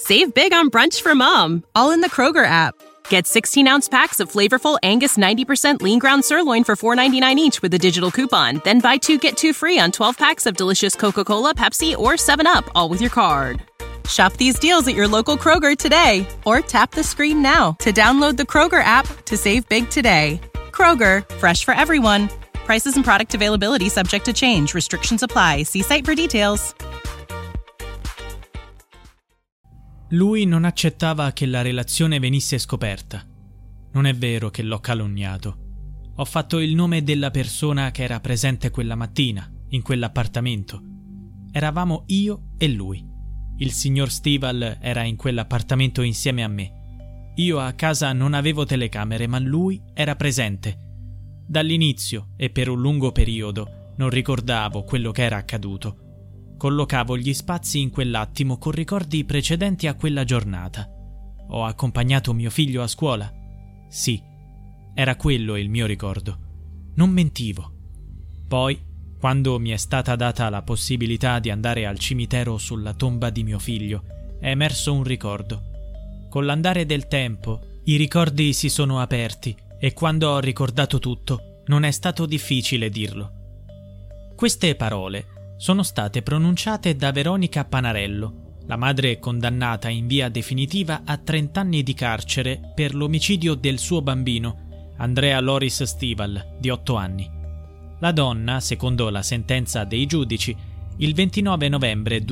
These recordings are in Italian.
Save big on brunch for mom, all in the Kroger app. Get 16-ounce packs of flavorful Angus 90% lean ground sirloin for $4.99 each with a digital coupon. Then buy 2, get 2 free on 12 packs of delicious Coca-Cola, Pepsi, or 7-Up, all with your card. Shop these deals at your local Kroger today, or tap the screen now to download the Kroger app to save big today. Kroger, fresh for everyone. Prices and product availability subject to change. Restrictions apply. See site for details. Lui non accettava che la relazione venisse scoperta. Non è vero che l'ho calunniato. Ho fatto il nome della persona che era presente quella mattina, in quell'appartamento. Eravamo io e lui. Il signor Stival era in quell'appartamento insieme a me. Io a casa non avevo telecamere, ma lui era presente. Dall'inizio e per un lungo periodo non ricordavo quello che era accaduto. Collocavo gli spazi in quell'attimo con ricordi precedenti a quella giornata. Ho accompagnato mio figlio a scuola? Sì, era quello il mio ricordo. Non mentivo. Poi, quando mi è stata data la possibilità di andare al cimitero sulla tomba di mio figlio, è emerso un ricordo. Con l'andare del tempo, i ricordi si sono aperti e quando ho ricordato tutto, non è stato difficile dirlo. Queste parole sono state pronunciate da Veronica Panarello, la madre condannata in via definitiva a 30 anni di carcere per l'omicidio del suo bambino, Andrea Loris Stival, di 8 anni. La donna, secondo la sentenza dei giudici, il 29 novembre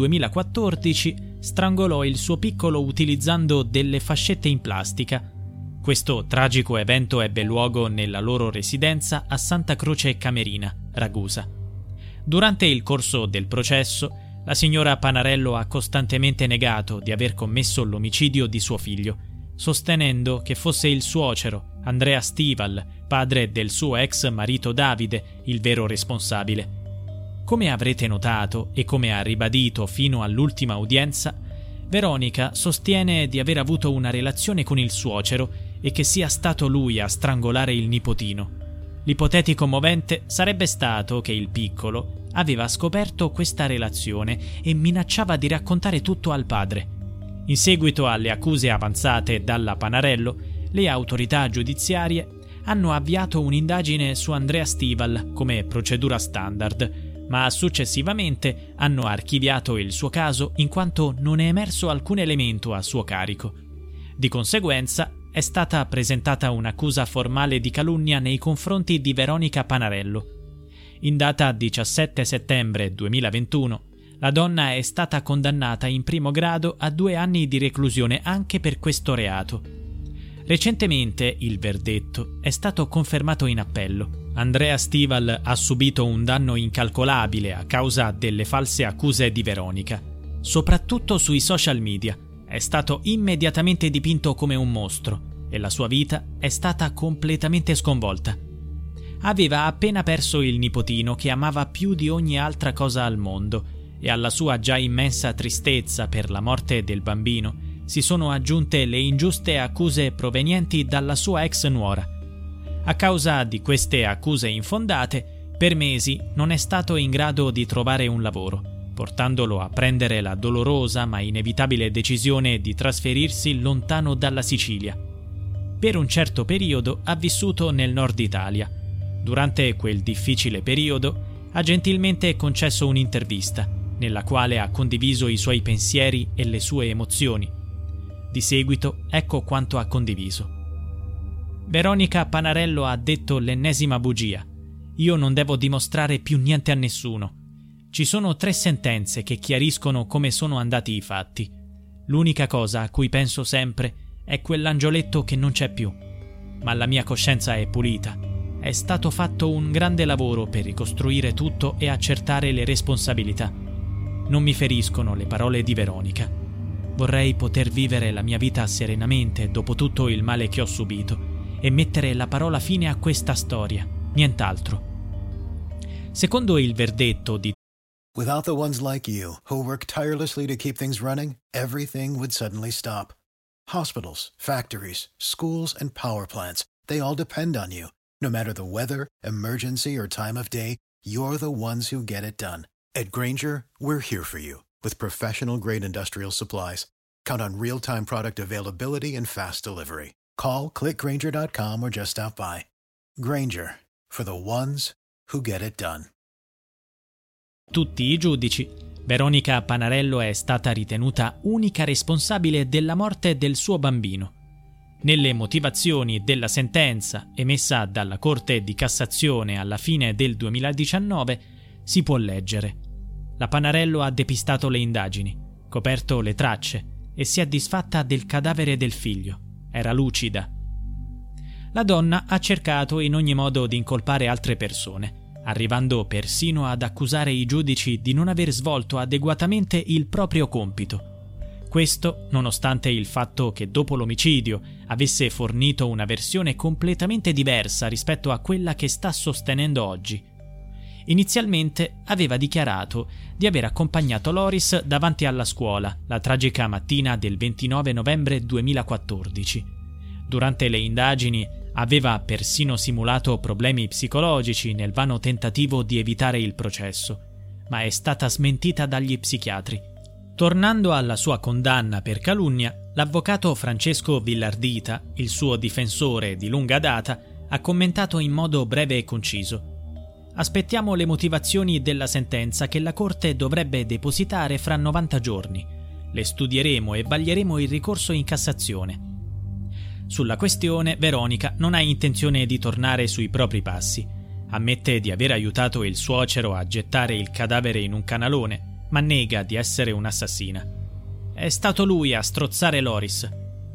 2014 strangolò il suo piccolo utilizzando delle fascette in plastica. Questo tragico evento ebbe luogo nella loro residenza a Santa Croce Camerina, Ragusa. Durante il corso del processo, la signora Panarello ha costantemente negato di aver commesso l'omicidio di suo figlio, sostenendo che fosse il suocero, Andrea Stival, padre del suo ex marito Davide, il vero responsabile. Come avrete notato e come ha ribadito fino all'ultima udienza, Veronica sostiene di aver avuto una relazione con il suocero e che sia stato lui a strangolare il nipotino. L'ipotetico movente sarebbe stato che il piccolo aveva scoperto questa relazione e minacciava di raccontare tutto al padre. In seguito alle accuse avanzate dalla Panarello, le autorità giudiziarie hanno avviato un'indagine su Andrea Stival come procedura standard, ma successivamente hanno archiviato il suo caso in quanto non è emerso alcun elemento a suo carico. Di conseguenza, è stata presentata un'accusa formale di calunnia nei confronti di Veronica Panarello. In data 17 settembre 2021, la donna è stata condannata in primo grado a 2 anni di reclusione anche per questo reato. Recentemente il verdetto è stato confermato in appello. Andrea Stival ha subito un danno incalcolabile a causa delle false accuse di Veronica, soprattutto sui social media. È stato immediatamente dipinto come un mostro e la sua vita è stata completamente sconvolta. Aveva appena perso il nipotino che amava più di ogni altra cosa al mondo e alla sua già immensa tristezza per la morte del bambino si sono aggiunte le ingiuste accuse provenienti dalla sua ex nuora. A causa di queste accuse infondate, per mesi non è stato in grado di trovare un lavoro, portandolo a prendere la dolorosa ma inevitabile decisione di trasferirsi lontano dalla Sicilia. Per un certo periodo ha vissuto nel nord Italia. Durante quel difficile periodo ha gentilmente concesso un'intervista, nella quale ha condiviso i suoi pensieri e le sue emozioni. Di seguito ecco quanto ha condiviso. Veronica Panarello ha detto l'ennesima bugia. Io non devo dimostrare più niente a nessuno. Ci sono 3 sentenze che chiariscono come sono andati i fatti. L'unica cosa a cui penso sempre è quell'angioletto che non c'è più. Ma la mia coscienza è pulita. È stato fatto un grande lavoro per ricostruire tutto e accertare le responsabilità. Non mi feriscono le parole di Veronica. Vorrei poter vivere la mia vita serenamente dopo tutto il male che ho subito e mettere la parola fine a questa storia, nient'altro. Secondo il verdetto di Without the ones like you, who work tirelessly to keep things running, everything would suddenly stop. Hospitals, factories, schools, and power plants, they all depend on you. No matter the weather, emergency, or time of day, you're the ones who get it done. At Grainger, we're here for you with professional-grade industrial supplies. Count on real-time product availability and fast delivery. Call, click Grainger.com or just stop by. Grainger, for the ones who get it done. Tutti i giudici, Veronica Panarello è stata ritenuta unica responsabile della morte del suo bambino. Nelle motivazioni della sentenza emessa dalla Corte di Cassazione alla fine del 2019 si può leggere: la Panarello ha depistato le indagini, coperto le tracce e si è disfatta del cadavere del figlio. Era lucida. La donna ha cercato in ogni modo di incolpare altre persone, arrivando persino ad accusare i giudici di non aver svolto adeguatamente il proprio compito. Questo nonostante il fatto che dopo l'omicidio avesse fornito una versione completamente diversa rispetto a quella che sta sostenendo oggi. Inizialmente aveva dichiarato di aver accompagnato Loris davanti alla scuola la tragica mattina del 29 novembre 2014. Durante le indagini aveva persino simulato problemi psicologici nel vano tentativo di evitare il processo, ma è stata smentita dagli psichiatri. Tornando alla sua condanna per calunnia, l'avvocato Francesco Villardita, il suo difensore di lunga data, ha commentato in modo breve e conciso: aspettiamo le motivazioni della sentenza che la Corte dovrebbe depositare fra 90 giorni. Le studieremo e vaglieremo il ricorso in Cassazione. Sulla questione, Veronica non ha intenzione di tornare sui propri passi. Ammette di aver aiutato il suocero a gettare il cadavere in un canalone, ma nega di essere un'assassina. È stato lui a strozzare Loris.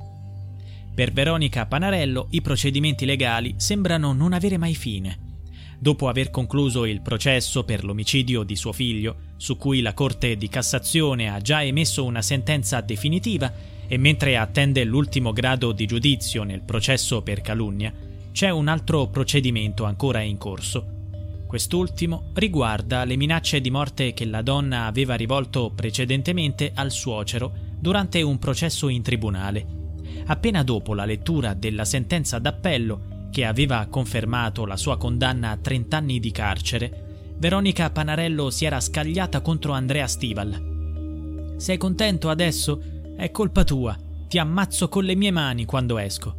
Per Veronica Panarello i procedimenti legali sembrano non avere mai fine. Dopo aver concluso il processo per l'omicidio di suo figlio, su cui la Corte di Cassazione ha già emesso una sentenza definitiva, e mentre attende l'ultimo grado di giudizio nel processo per calunnia, c'è un altro procedimento ancora in corso. Quest'ultimo riguarda le minacce di morte che la donna aveva rivolto precedentemente al suocero durante un processo in tribunale. Appena dopo la lettura della sentenza d'appello, che aveva confermato la sua condanna a 30 anni di carcere, Veronica Panarello si era scagliata contro Andrea Stival. «Sei contento adesso? È colpa tua, ti ammazzo con le mie mani quando esco».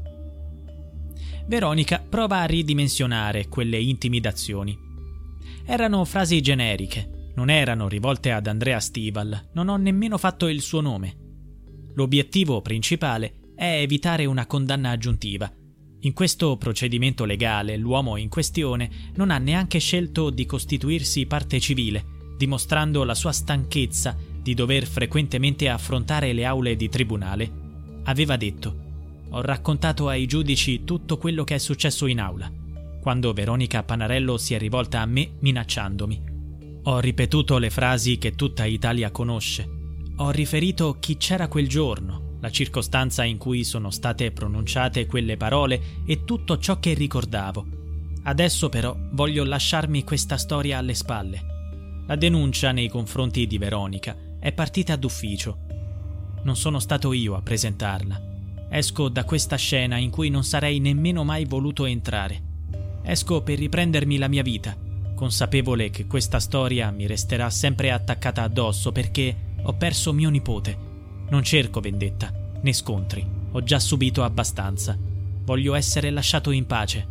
Veronica prova a ridimensionare quelle intimidazioni. Erano frasi generiche, non erano rivolte ad Andrea Stival, non ho nemmeno fatto il suo nome. L'obiettivo principale è evitare una condanna aggiuntiva. In questo procedimento legale l'uomo in questione non ha neanche scelto di costituirsi parte civile, dimostrando la sua stanchezza di dover frequentemente affrontare le aule di tribunale. Aveva detto: «Ho raccontato ai giudici tutto quello che è successo in aula», quando Veronica Panarello si è rivolta a me minacciandomi. «Ho ripetuto le frasi che tutta Italia conosce. Ho riferito chi c'era quel giorno, la circostanza in cui sono state pronunciate quelle parole e tutto ciò che ricordavo. Adesso però voglio lasciarmi questa storia alle spalle». La denuncia nei confronti di Veronica è partita d'ufficio. Non sono stato io a presentarla. Esco da questa scena in cui non sarei nemmeno mai voluto entrare. Esco per riprendermi la mia vita, consapevole che questa storia mi resterà sempre attaccata addosso perché ho perso mio nipote. Non cerco vendetta, né scontri. Ho già subito abbastanza. Voglio essere lasciato in pace.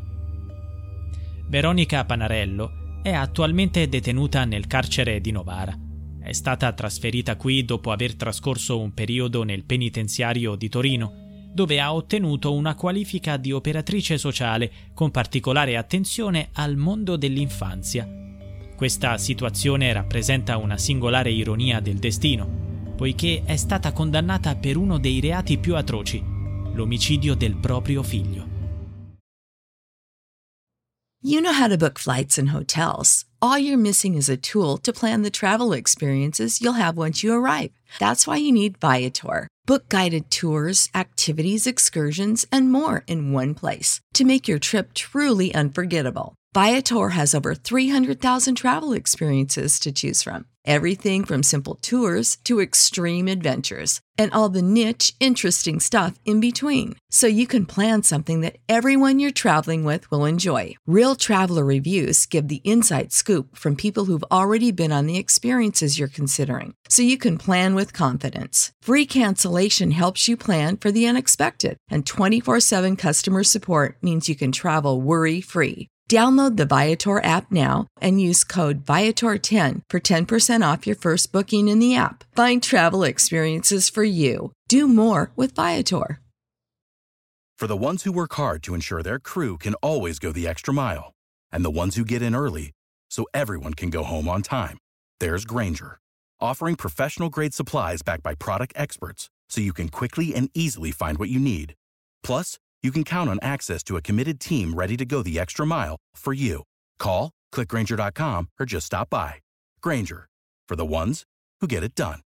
Veronica Panarello è attualmente detenuta nel carcere di Novara. È stata trasferita qui dopo aver trascorso un periodo nel penitenziario di Torino, dove ha ottenuto una qualifica di operatrice sociale con particolare attenzione al mondo dell'infanzia. Questa situazione rappresenta una singolare ironia del destino, poiché è stata condannata per uno dei reati più atroci, l'omicidio del proprio figlio. You know how to book flights and hotels. All you're missing is a tool to plan the travel experiences you'll have once you arrive. That's why you need Viator. Book guided tours, activities, excursions, and more in one place to make your trip truly unforgettable. Viator has over 300,000 travel experiences to choose from. Everything from simple tours to extreme adventures and all the niche, interesting stuff in between. So you can plan something that everyone you're traveling with will enjoy. Real traveler reviews give the inside scoop from people who've already been on the experiences you're considering. So you can plan with confidence. Free cancellation helps you plan for the unexpected. And 24/7 customer support means you can travel worry-free. Download the Viator app now and use code Viator10 for 10% off your first booking in the app. Find travel experiences for you. Do more with Viator. For the ones who work hard to ensure their crew can always go the extra mile, and the ones who get in early so everyone can go home on time, there's Grainger, offering professional-grade supplies backed by product experts so you can quickly and easily find what you need. Plus, you can count on access to a committed team ready to go the extra mile for you. Call, click Grainger.com, or just stop by. Grainger, for the ones who get it done.